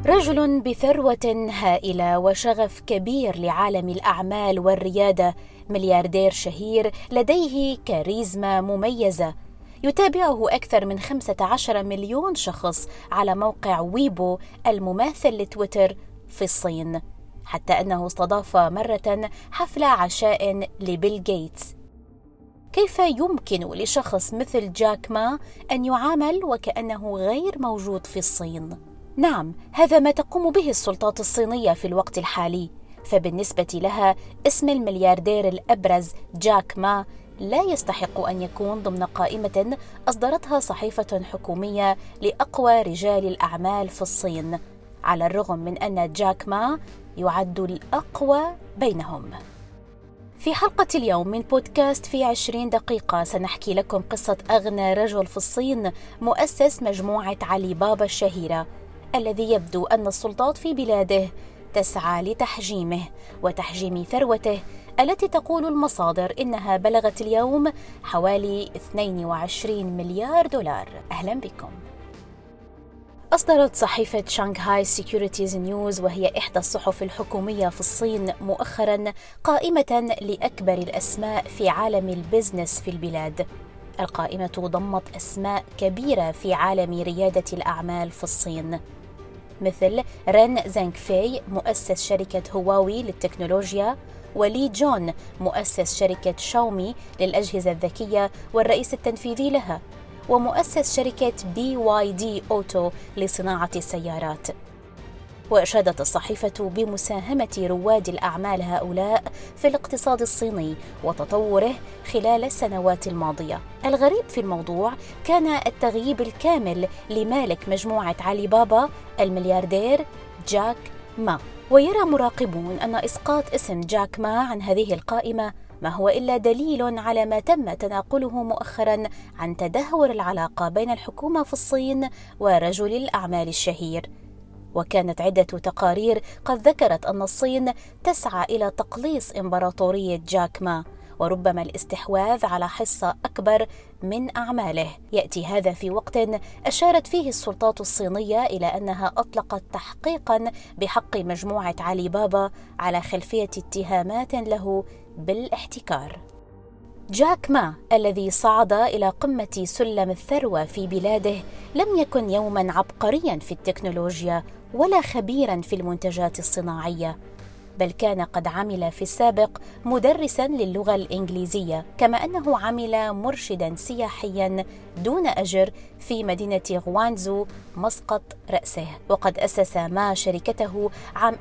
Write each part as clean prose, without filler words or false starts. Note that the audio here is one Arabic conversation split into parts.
رجل بثروة هائلة وشغف كبير لعالم الأعمال والريادة، ملياردير شهير لديه كاريزما مميزة، يتابعه أكثر من 15 مليون شخص على موقع ويبو المماثل لتويتر في الصين، حتى أنه استضاف مرة حفل عشاء لبيل غيتس. كيف يمكن لشخص مثل جاك ما أن يعامل وكأنه غير موجود في الصين؟ نعم، هذا ما تقوم به السلطات الصينية في الوقت الحالي، فبالنسبة لها اسم الملياردير الأبرز جاك ما لا يستحق أن يكون ضمن قائمة أصدرتها صحيفة حكومية لأقوى رجال الأعمال في الصين، على الرغم من أن جاك ما يعد الأقوى بينهم. في حلقة اليوم من بودكاست في 20 دقيقة سنحكي لكم قصة أغنى رجل في الصين، مؤسس مجموعة علي بابا الشهيرة، الذي يبدو أن السلطات في بلاده تسعى لتحجيمه وتحجيم ثروته التي تقول المصادر إنها بلغت اليوم حوالي 22 مليار دولار. أهلا بكم. أصدرت صحيفة شانغهاي سيكوريتيز نيوز، وهي إحدى الصحف الحكومية في الصين، مؤخراً قائمة لأكبر الأسماء في عالم البزنس في البلاد. القائمة ضمت أسماء كبيرة في عالم ريادة الأعمال في الصين، مثل رين زانغفي مؤسس شركة هواوي للتكنولوجيا، ولي جون مؤسس شركة شاومي للأجهزة الذكية والرئيس التنفيذي لها، ومؤسس شركة BYD أوتو لصناعة السيارات. وأشادت الصحيفة بمساهمة رواد الأعمال هؤلاء في الاقتصاد الصيني وتطوره خلال السنوات الماضية. الغريب في الموضوع كان التغييب الكامل لمالك مجموعة علي بابا الملياردير جاك ما. ويرى مراقبون أن إسقاط اسم جاك ما عن هذه القائمة ما هو إلا دليل على ما تم تناقله مؤخراً عن تدهور العلاقة بين الحكومة في الصين ورجل الأعمال الشهير. وكانت عدة تقارير قد ذكرت أن الصين تسعى إلى تقليص إمبراطورية جاك ما، وربما الاستحواذ على حصة أكبر من أعماله. يأتي هذا في وقت أشارت فيه السلطات الصينية إلى أنها أطلقت تحقيقاً بحق مجموعة علي بابا على خلفية اتهامات له بالاحتكار. جاك ما الذي صعد إلى قمة سلم الثروة في بلاده لم يكن يوماً عبقرياً في التكنولوجيا ولا خبيراً في المنتجات الصناعية، بل كان قد عمل في السابق مدرساً للغة الإنجليزية، كما أنه عمل مرشداً سياحياً دون أجر في مدينة غوانزو مسقط رأسه. وقد أسس ما شركته عام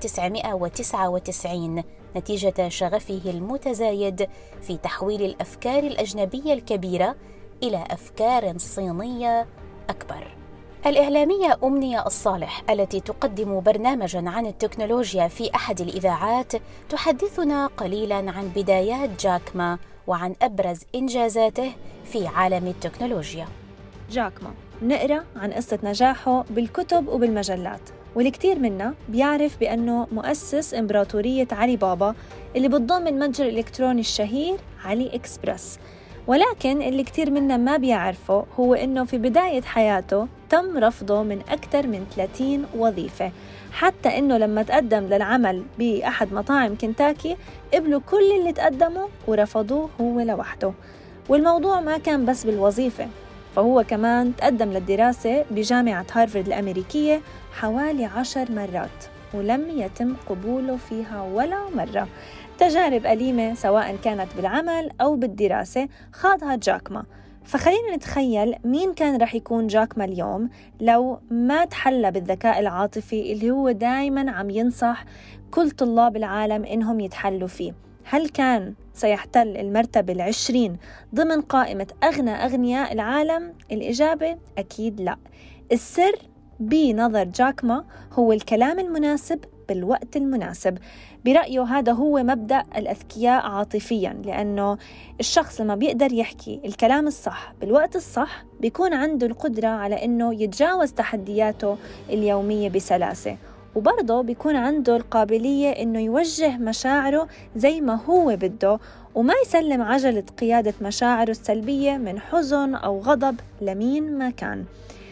1999 نتيجة شغفه المتزايد في تحويل الأفكار الأجنبية الكبيرة إلى أفكار صينية أكبر. الإعلامية أمنية الصالح التي تقدم برنامجاً عن التكنولوجيا في أحد الإذاعات تحدثنا قليلاً عن بدايات جاك ما وعن أبرز إنجازاته في عالم التكنولوجيا. جاك ما نقرأ عن قصة نجاحه بالكتب وبالمجلات، والكثير منا بيعرف بأنه مؤسس إمبراطورية علي بابا اللي بتضم المتجر الإلكتروني الشهير علي إكسبرس. ولكن اللي كتير منا ما بيعرفه هو إنه في بداية حياته تم رفضه من أكثر من 30 وظيفة، حتى إنه لما تقدم للعمل بأحد مطاعم كنتاكي قبلوا كل اللي تقدموا ورفضوه هو لوحده. والموضوع ما كان بس بالوظيفة، فهو كمان تقدم للدراسة بجامعة هارفارد الأمريكية حوالي 10 مرات ولم يتم قبوله فيها ولا مرة. تجارب أليمة سواء كانت بالعمل أو بالدراسة خاضها جاك ما. فخلينا نتخيل مين كان رح يكون جاك ما اليوم لو ما تحلى بالذكاء العاطفي اللي هو دايماً عم ينصح كل طلاب العالم إنهم يتحلوا فيه. هل كان سيحتل المرتبة 20 ضمن قائمة أغنى أغنياء العالم؟ الإجابة أكيد لا. السر بنظر جاك ما هو الكلام المناسب بالوقت المناسب. برأيه هذا هو مبدأ الأذكياء عاطفياً، لأنه الشخص لما بيقدر يحكي الكلام الصح بالوقت الصح بيكون عنده القدرة على أنه يتجاوز تحدياته اليومية بسلاسة، وبرضه بيكون عنده القابلية أنه يوجه مشاعره زي ما هو بده وما يسلم عجلة قيادة مشاعره السلبية من حزن أو غضب لمين ما كان.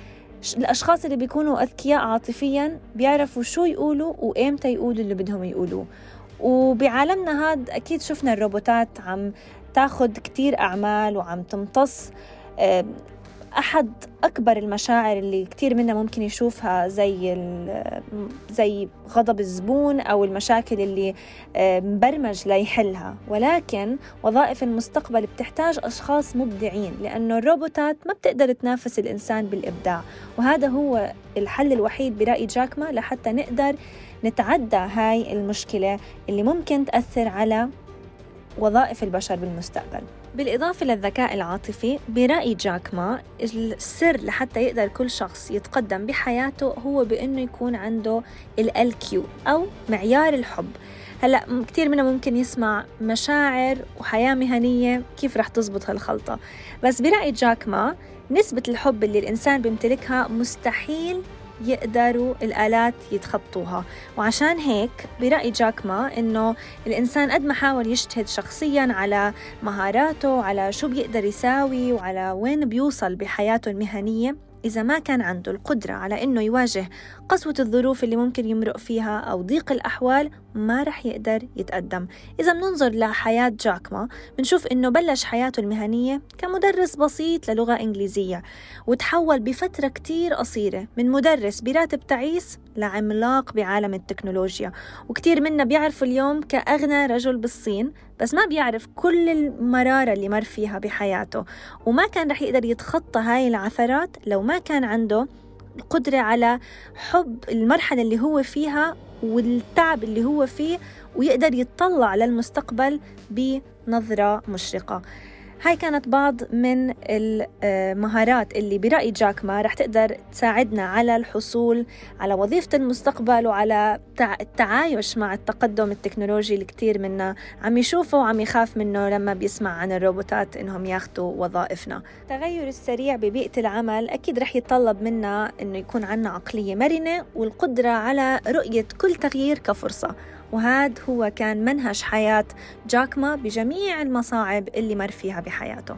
الأشخاص اللي بيكونوا أذكياء عاطفياً بيعرفوا شو يقولوا وإمتى يقولوا اللي بدهم يقولوه. وبعالمنا هاد أكيد شفنا الروبوتات عم تاخد كتير أعمال وعم تمتص أحد أكبر المشاعر اللي كتير منا ممكن يشوفها زي غضب الزبون أو المشاكل اللي مبرمج ليحلها. ولكن وظائف المستقبل بتحتاج أشخاص مبدعين، لأنه الروبوتات ما بتقدر تنافس الإنسان بالإبداع، وهذا هو الحل الوحيد برأي جاك ما لحتى نقدر نتعدى هاي المشكلة اللي ممكن تأثر على وظائف البشر بالمستقبل. بالإضافة للذكاء العاطفي، برأي جاك ما السر لحتى يقدر كل شخص يتقدم بحياته هو بأنه يكون عنده الIQ أو معيار الحب. هلأ كتير منا ممكن يسمع مشاعر وحياة مهنية، كيف رح تزبط هالخلطة؟ بس برأي جاك ما نسبة الحب اللي الإنسان بيمتلكها مستحيل يقدروا الآلات يتخطوها. وعشان هيك برأي جاك ما إنه الإنسان قد ما حاول يجتهد شخصياً على مهاراته، على شو بيقدر يساوي وعلى وين بيوصل بحياته المهنية، إذا ما كان عنده القدرة على إنه يواجه قسوة الظروف اللي ممكن يمرق فيها أو ضيق الأحوال، ما رح يقدر يتقدم. إذا مننظر لحياة جاك ما بنشوف إنه بلش حياته المهنية كمدرس بسيط للغة إنجليزية، وتحول بفترة كتير قصيرة من مدرس براتب تعيس لعملاق بعالم التكنولوجيا. وكتير منا بيعرف اليوم كأغنى رجل بالصين، بس ما بيعرف كل المرارة اللي مر فيها بحياته، وما كان رح يقدر يتخطى هاي العثرات لو ما كان عنده القدرة على حب المرحلة اللي هو فيها والتعب اللي هو فيه، ويقدر يتطلع للمستقبل بنظرة مشرقة. هاي كانت بعض من المهارات اللي برأي جاك ما رح تقدر تساعدنا على الحصول على وظيفة المستقبل وعلى التعايش مع التقدم التكنولوجي اللي كتير منا عم يشوفه وعم يخاف منه لما بيسمع عن الروبوتات إنهم ياخدوا وظائفنا. التغير السريع ببيئة العمل أكيد رح يتطلب منا إنه يكون عنا عقلية مرنة والقدرة على رؤية كل تغيير كفرصة، وهذا هو كان منهج حياة جاك ما بجميع المصاعب اللي مر فيها بحياته.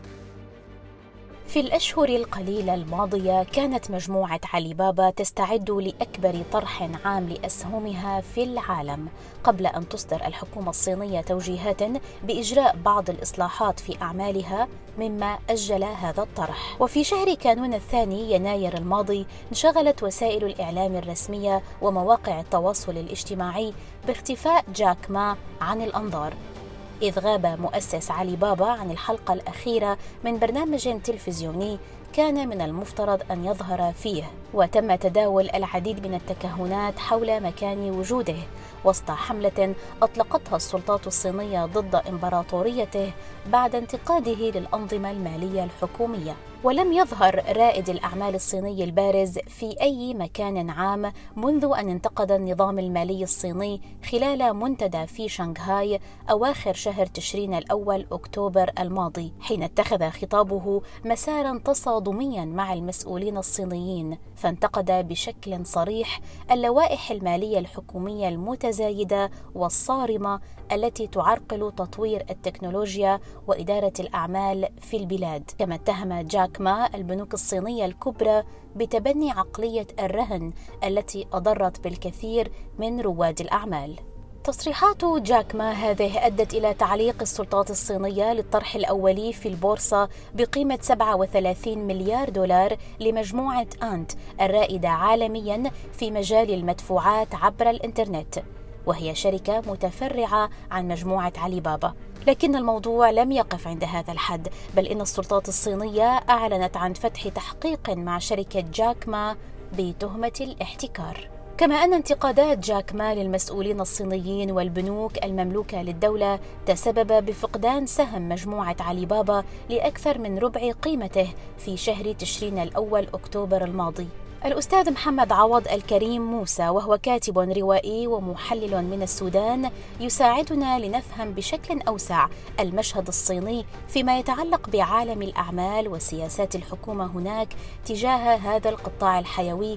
في الأشهر القليلة الماضية كانت مجموعة علي بابا تستعد لأكبر طرح عام لأسهمها في العالم، قبل أن تصدر الحكومة الصينية توجيهات بإجراء بعض الإصلاحات في أعمالها مما أجل هذا الطرح. وفي شهر كانون الثاني يناير الماضي انشغلت وسائل الإعلام الرسمية ومواقع التواصل الاجتماعي باختفاء جاك ما عن الأنظار، إذ غاب مؤسس علي بابا عن الحلقة الأخيرة من برنامج تلفزيوني كان من المفترض أن يظهر فيه، وتم تداول العديد من التكهنات حول مكان وجوده وسط حملة أطلقتها السلطات الصينية ضد إمبراطوريته بعد انتقاده للأنظمة المالية الحكومية. ولم يظهر رائد الأعمال الصيني البارز في أي مكان عام منذ أن انتقد النظام المالي الصيني خلال منتدى في شنغهاي أواخر شهر تشرين الأول أكتوبر الماضي، حين اتخذ خطابه مساراً تصادمياً مع المسؤولين الصينيين، فانتقد بشكل صريح اللوائح المالية الحكومية المتزايدة والصارمة التي تعرقل تطوير التكنولوجيا وإدارة الأعمال في البلاد. كما اتهم جاك ما البنوك الصينية الكبرى بتبني عقلية الرهن التي أضرت بالكثير من رواد الأعمال. تصريحات جاك ما هذه أدت إلى تعليق السلطات الصينية للطرح الأولي في البورصة بقيمة 37 مليار دولار لمجموعة أنت الرائدة عالمياً في مجال المدفوعات عبر الإنترنت، وهي شركة متفرعة عن مجموعة علي بابا. لكن الموضوع لم يقف عند هذا الحد، بل إن السلطات الصينية أعلنت عن فتح تحقيق مع شركة جاك ما بتهمة الاحتكار. كما أن انتقادات جاك ما للمسؤولين الصينيين والبنوك المملوكة للدولة تسبب بفقدان سهم مجموعة علي بابا لأكثر من ربع قيمته في شهر تشرين الأول أكتوبر الماضي. الأستاذ محمد عوض الكريم موسى، وهو كاتب روائي ومحلل من السودان، يساعدنا لنفهم بشكل أوسع المشهد الصيني فيما يتعلق بعالم الأعمال وسياسات الحكومة هناك تجاه هذا القطاع الحيوي.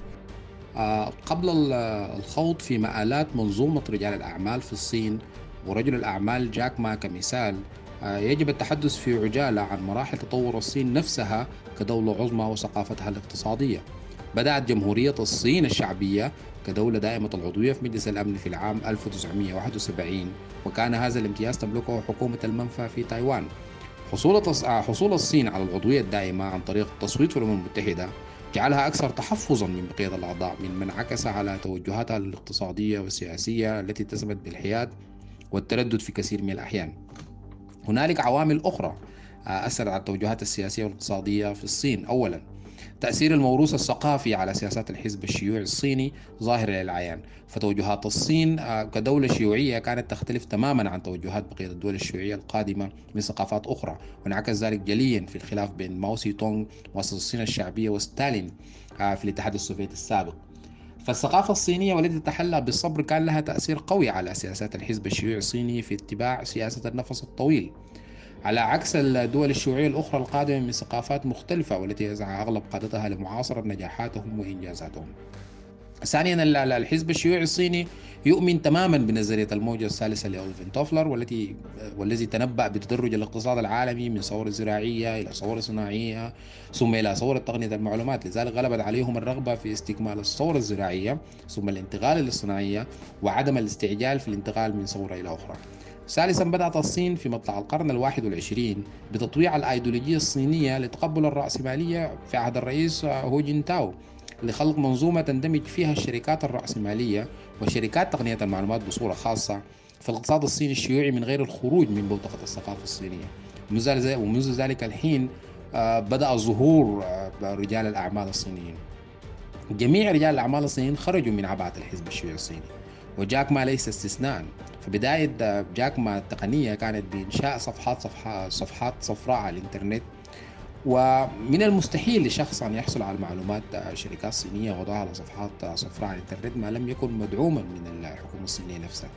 قبل الخوض في مآلات منظومة رجال الأعمال في الصين ورجل الأعمال جاك ما كمثال، يجب التحدث في عجالة عن مراحل تطور الصين نفسها كدولة عظمى وثقافتها الاقتصادية. بدأت جمهورية الصين الشعبية كدولة دائمة العضوية في مجلس الأمن في العام 1971، وكان هذا الامتياز تملكه حكومة المنفى في تايوان. حصول الصين على العضوية الدائمة عن طريق التصويت في الأمم المتحدة جعلها أكثر تحفظا من بقية الأعضاء، مما انعكس على توجهاتها الاقتصادية والسياسية التي اتسمت بالحياد والتردد في كثير من الأحيان. هنالك عوامل أخرى أثرت على التوجهات السياسية والاقتصادية في الصين. أولا، تأثير الموروث الثقافي على سياسات الحزب الشيوعي الصيني ظاهر للعيان، فتوجهات الصين كدولة شيوعية كانت تختلف تماما عن توجهات بقية الدول الشيوعية القادمة من ثقافات أخرى، وانعكس ذلك جليا في الخلاف بين ماو سي تونغ مؤسس الصين الشعبية وستالين في الاتحاد السوفيتي السابق. فالثقافة الصينية والتي تتحلى بالصبر كان لها تأثير قوي على سياسات الحزب الشيوعي الصيني في اتباع سياسة النفس الطويل، على عكس الدول الشيوعية الأخرى القادمة من ثقافات مختلفة والتي يسعى أغلب قادتها لمعاصرة نجاحاتهم وإنجازاتهم. ثانيا، الحزب الشيوعي الصيني يؤمن تماما بنظرية الموجة الثالثة لألفين توفلر، والذي تنبأ بتدرج الاقتصاد العالمي من ثورة زراعية إلى ثورة صناعية ثم إلى ثورة تقنية المعلومات. لذلك غلبت عليهم الرغبة في استكمال الثورة الزراعية ثم الانتقال للصناعية، وعدم الاستعجال في الانتقال من ثورة إلى أخرى. ثالثا، بدأت الصين في مطلع القرن ال21 بتطويع الأيديولوجية الصينية لتقبل الرأسمالية في عهد الرئيس هو جينتاو، لخلق منظومة تندمج فيها الشركات الرأسمالية وشركات تقنية المعلومات بصورة خاصة في الاقتصاد الصيني الشيوعي من غير الخروج من بوتقة الثقافة الصينية. ومنذ ذلك الحين بدأ ظهور رجال الأعمال الصينيين. جميع رجال الأعمال الصينيين خرجوا من عباءة الحزب الشيوعي الصيني، وجاك ما ليس استثناء. فبداية جاك ما التقنية كانت بإنشاء صفحات صفراء على الإنترنت، ومن المستحيل لشخص أن يحصل على معلومات شركات صينية وضعها على صفحات صفراء على الإنترنت ما لم يكن مدعوما من الحكومة الصينية نفسها.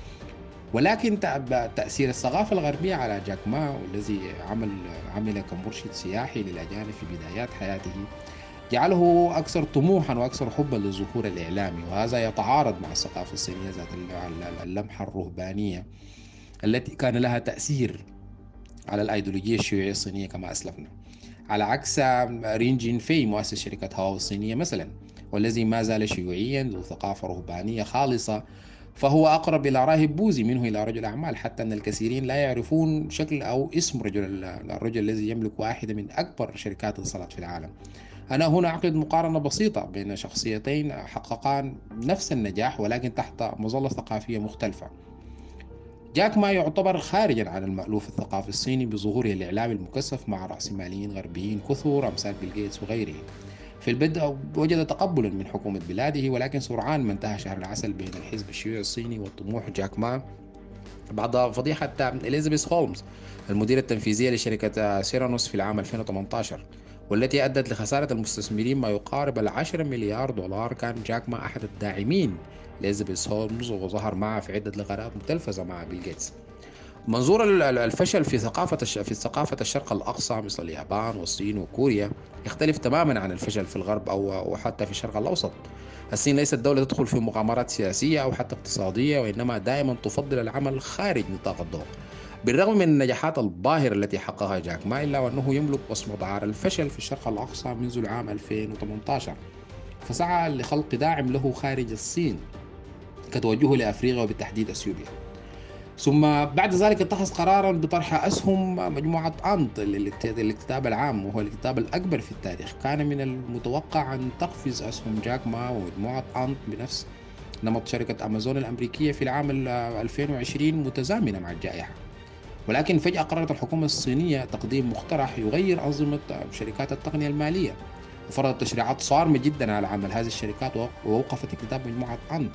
ولكن تأثير الثقافة الغربية على جاك ما، والذي عمل كمرشد سياحي للأجانب في بدايات حياته، جعله أكثر طموحا وأكثر حبا للظهور الإعلامي، وهذا يتعارض مع الثقافة الصينية ذات اللمحة الرهبانية التي كان لها تأثير على الأيديولوجية الشيوعية الصينية كما أسلفنا، على عكس رين جين في مؤسس شركة هواوي الصينية مثلا، والذي ما زال شيوعيا ذو ثقافة رهبانية خالصة، فهو أقرب إلى راهب بوذي منه إلى رجل أعمال، حتى أن الكثيرين لا يعرفون شكل أو اسم الرجل الذي يملك واحدة من أكبر شركات الاتصالات في العالم. أنا هنا أعقد مقارنة بسيطة بين شخصيتين حققان نفس النجاح ولكن تحت مظلة ثقافية مختلفة. جاك ما يعتبر خارجا عن المألوف الثقافي الصيني بظهوره الإعلامي المكثف مع رأسماليين غربيين كثر أمثال بيل غيتس وغيره. في البدء وجد تقبلا من حكومة بلاده، ولكن سرعان ما انتهى شهر العسل بين الحزب الشيوعي الصيني وطموح جاك ما بعد فضيحة إليزابيث هولمز المديرة التنفيذية لشركة سيرانوس في العام 2018، والتي أدت لخسارة المستثمرين ما يقارب 10 مليار دولار. كان جاك ما أحد الداعمين لإليزابيث هولمز، وظهر معه في عدة لقاءات متلفزة مع بيل غيتس. منظور الفشل في ثقافة الشرق الأقصى مثل اليابان والصين وكوريا يختلف تماما عن الفشل في الغرب أو حتى في الشرق الأوسط. الصين ليست دولة تدخل في مغامرات سياسية أو حتى اقتصادية، وإنما دائما تفضل العمل خارج نطاق الضوء. بالرغم من النجاحات الباهرة التي حققها جاك ما، إلا وأنه يملك وصمة عار الفشل في الشرق الأقصى منذ العام 2018، فسعى لخلق داعم له خارج الصين كتوجهه لأفريقيا وبالتحديد أثيوبيا. ثم بعد ذلك اتخذ قرارا بطرح أسهم مجموعة أنت للاكتتاب العام، وهو الاكتتاب الأكبر في التاريخ. كان من المتوقع أن تقفز أسهم جاك ما ومجموعة أنت بنفس نمط شركة أمازون الأمريكية في العام 2020 متزامنة مع الجائحة، ولكن فجأة قررت الحكومة الصينية تقديم مقترح يغير أنظمة شركات التقنية المالية، وفرضت تشريعات صارمة جدا على عمل هذه الشركات ووقفت اكتتاب مجموعة أنت.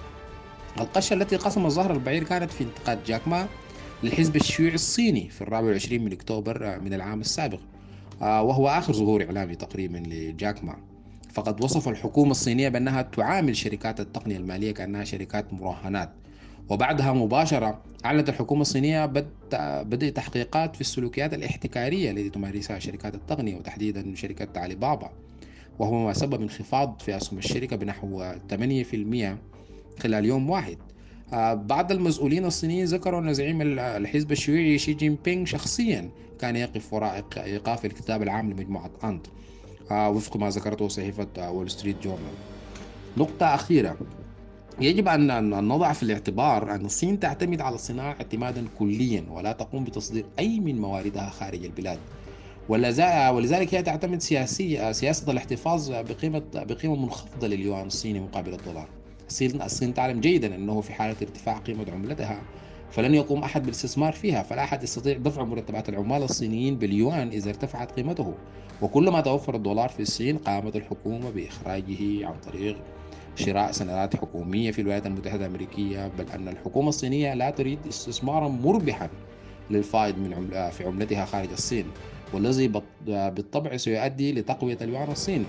القشة التي قسم الظهر البعير كانت في انتقاد جاك ما للحزب الشيوعي الصيني في 24 من أكتوبر من العام السابق، وهو آخر ظهور إعلامي تقريبا لجاك ما. فقد وصف الحكومة الصينية بأنها تعامل شركات التقنية المالية كأنها شركات مراهنات، وبعدها مباشرة أعلنت الحكومة الصينية بدء تحقيقات في السلوكيات الاحتكارية التي تمارسها شركات التقنية وتحديدا شركة علي بابا، وهو ما سبب انخفاض في أسهم الشركة بنحو 8% خلال يوم واحد. بعض المسؤولين الصينيين ذكروا أن زعيم الحزب الشيوعي شي جين بينغ شخصيا كان يقف وراء إيقاف الكتاب العام لمجموعة أنت، وفق ما ذكرته صحيفة وول ستريت جورنال. نقطة أخيرة، يجب أن نضع في الاعتبار أن الصين تعتمد على الصناعة اعتمادا كليا ولا تقوم بتصدير أي من مواردها خارج البلاد، ولذلك هي تعتمد سياسة الاحتفاظ بقيمة منخفضة لليوان الصيني مقابل الدولار. الصين تعلم جيدا أنه في حالة ارتفاع قيمة عملتها فلن يقوم أحد بالاستثمار فيها، فلا أحد يستطيع دفع مرتبات العمال الصينيين باليوان إذا ارتفعت قيمته، وكلما توفر الدولار في الصين قامت الحكومة بإخراجه عن طريق شراء سندات حكومية في الولايات المتحدة الأمريكية، بل أن الحكومة الصينية لا تريد استثمارا مربحا للفائض في عملتها خارج الصين، والذي بالطبع سيؤدي لتقوية اليوان الصيني.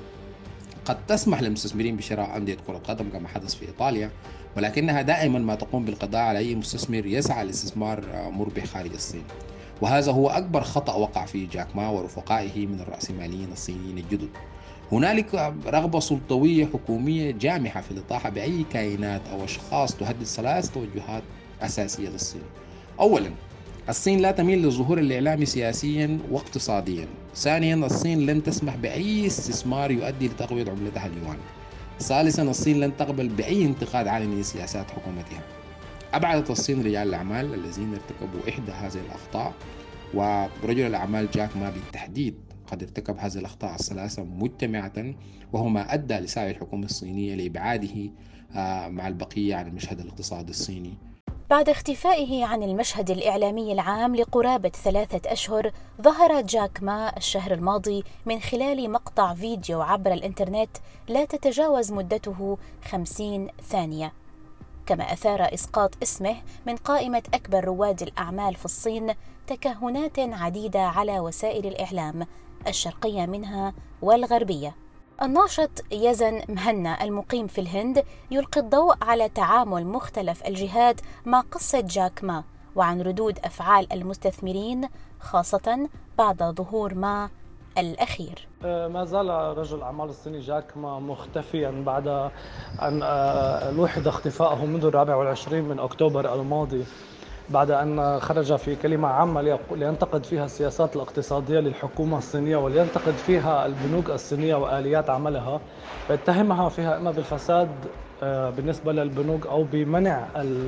قد تسمح للمستثمرين بشراء أندية كرة قدم كما حدث في إيطاليا، ولكنها دائما ما تقوم بالقضاء على أي مستثمر يسعى لاستثمار مربح خارج الصين، وهذا هو أكبر خطأ وقع فيه جاك ما ورفقائه من الرأسماليين الصينيين الجدد. هنالك رغبة سلطوية حكومية جامحة في الإطاحة بأي كائنات أو أشخاص تهدد ثلاث توجهات أساسية للصين. أولا، الصين لا تميل للظهور الإعلامي سياسيا واقتصاديا. ثانيا، الصين لن تسمح بأي استثمار يؤدي لتقوية عملتها اليوان. ثالثا، الصين لن تقبل بأي انتقاد علني لسياسات حكومتها. أبعدت الصين رجال الأعمال الذين ارتكبوا إحدى هذه الأخطاء، ورجل الأعمال جاك ما بالتحديد قد ارتكب هذه الأخطاء الثلاثة مجتمعة، وهو ما أدى لسعي الحكومة الصينية لإبعاده مع البقية عن المشهد الاقتصادي الصيني. بعد اختفائه عن المشهد الإعلامي العام لقرابة 3 أشهر، ظهر جاك ما الشهر الماضي من خلال مقطع فيديو عبر الإنترنت لا تتجاوز مدته 50 ثانية، كما أثار إسقاط اسمه من قائمة أكبر رواد الأعمال في الصين تكهنات عديدة على وسائل الإعلام الشرقية منها والغربية. الناشط يزن مهنا المقيم في الهند يلقي الضوء على تعامل مختلف الجهات مع قصة جاك ما وعن ردود أفعال المستثمرين خاصة بعد ظهور ما الأخير. ما زال رجل الأعمال الصيني جاك ما مختفيا بعد أن لوحظ اختفائه منذ 24 من أكتوبر الماضي، بعد أن خرج في كلمة عامة لينتقد فيها السياسات الاقتصادية للحكومة الصينية ولينتقد فيها البنوك الصينية وآليات عملها، فاتهمها فيها إما بالفساد بالنسبة للبنوك أو بمنع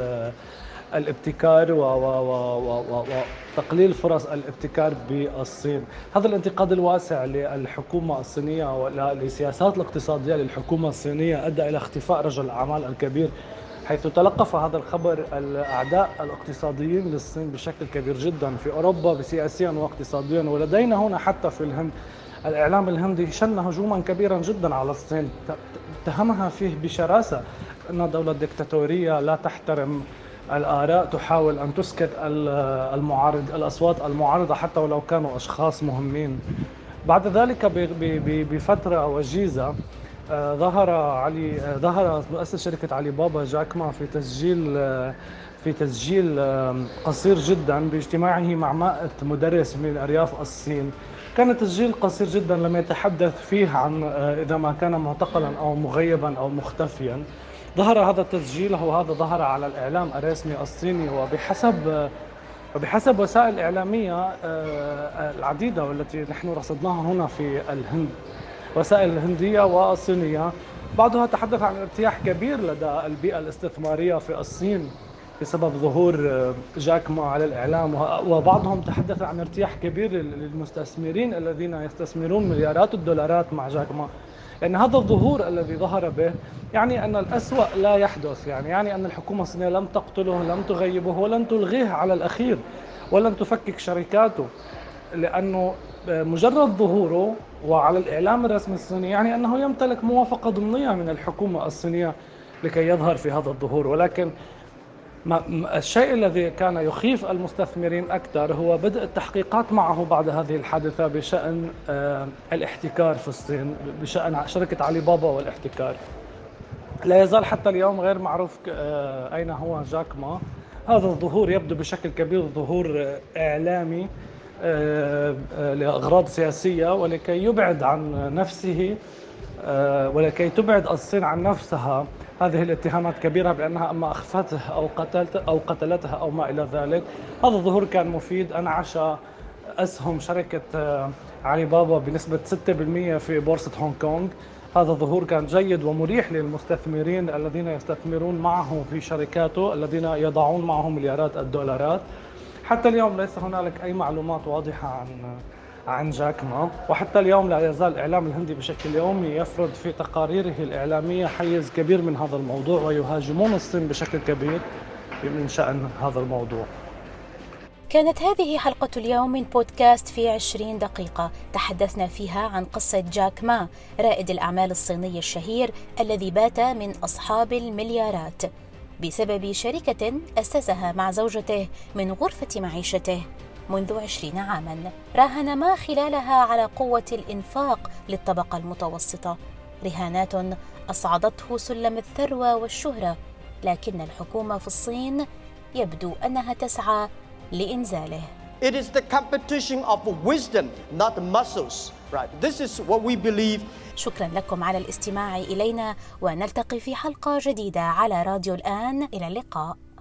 الابتكار وتقليل فرص الابتكار بالصين. هذا الانتقاد الواسع للحكومة الصينية ولسياسات الاقتصادية للحكومة الصينية أدى إلى اختفاء رجل الأعمال الكبير، حيث تلقف هذا الخبر الأعداء الاقتصاديين للصين بشكل كبير جدا في أوروبا سياسيا واقتصاديا، ولدينا هنا حتى في الهند الإعلام الهندي شن هجوما كبيرا جدا على الصين، اتهمها فيه بشراسة أن دولة ديكتاتورية لا تحترم الآراء، تحاول أن تسكت الأصوات المعارضة حتى ولو كانوا أشخاص مهمين. بعد ذلك بفترة وجيزة ظهر مؤسس شركة علي بابا جاك ما في تسجيل قصير جدا باجتماعه مع 100 مدرس من أرياف الصين. كان تسجيل قصير جدا لم يتحدث فيه عن إذا ما كان معتقلا أو مغيبا أو مختفيا. ظهر هذا التسجيل وهذا ظهر على الإعلام الرسمي الصيني، وبحسب وسائل إعلامية العديدة والتي نحن رصدناها هنا في الهند، وسائل الهندية والصينية، بعضها تحدث عن ارتياح كبير لدى البيئة الاستثمارية في الصين بسبب ظهور جاك ما على الإعلام، وبعضهم تحدث عن ارتياح كبير للمستثمرين الذين يستثمرون مليارات الدولارات مع جاك ما. يعني هذا الظهور الذي ظهر به يعني أن الأسوأ لا يحدث، يعني أن الحكومة الصينية لم تقتله، لم تغيبه، ولن تلغيه على الأخير، ولن تفكك شركاته، لأنه مجرد ظهوره وعلى الإعلام الرسمي الصيني يعني أنه يمتلك موافقة ضمنية من الحكومة الصينية لكي يظهر في هذا الظهور. ولكن الشيء الذي كان يخيف المستثمرين أكثر هو بدء التحقيقات معه بعد هذه الحادثة بشأن الاحتكار في الصين، بشأن شركة علي بابا والاحتكار. لا يزال حتى اليوم غير معروف أين هو جاك ما. هذا الظهور يبدو بشكل كبير ظهور إعلامي لأغراض سياسية، ولكي يبعد عن نفسه ولكي تبعد الصين عن نفسها هذه الاتهامات كبيرة بأنها أما أخفته أو قتلته أو ما إلى ذلك. هذا الظهور كان مفيد، أنعش أسهم شركة علي بابا بنسبة 6% في بورصة هونغ كونغ. هذا الظهور كان جيد ومريح للمستثمرين الذين يستثمرون معه في شركاته، الذين يضعون معه مليارات الدولارات. حتى اليوم ليس هنالك أي معلومات واضحة عن جاك ما، وحتى اليوم لا يزال الإعلام الهندي بشكل يومي يفرض في تقاريره الإعلامية حيز كبير من هذا الموضوع، ويهاجمون الصين بشكل كبير من شأن هذا الموضوع. كانت هذه حلقة اليوم من بودكاست في 20 دقيقة، تحدثنا فيها عن قصة جاك ما، رائد الأعمال الصيني الشهير الذي بات من أصحاب المليارات بسبب شركة أسسها مع زوجته من غرفة معيشته منذ 20 عاماً، راهن ما خلالها على قوة الإنفاق للطبقة المتوسطة، رهانات أصعدته سلم الثروة والشهرة، لكن الحكومة في الصين يبدو أنها تسعى لإنزاله. It is the competition of wisdom, not muscles. Right. This is what we believe. شكرا لكم على الاستماع إلينا، ونلتقي في حلقة جديدة على راديو الآن. إلى اللقاء.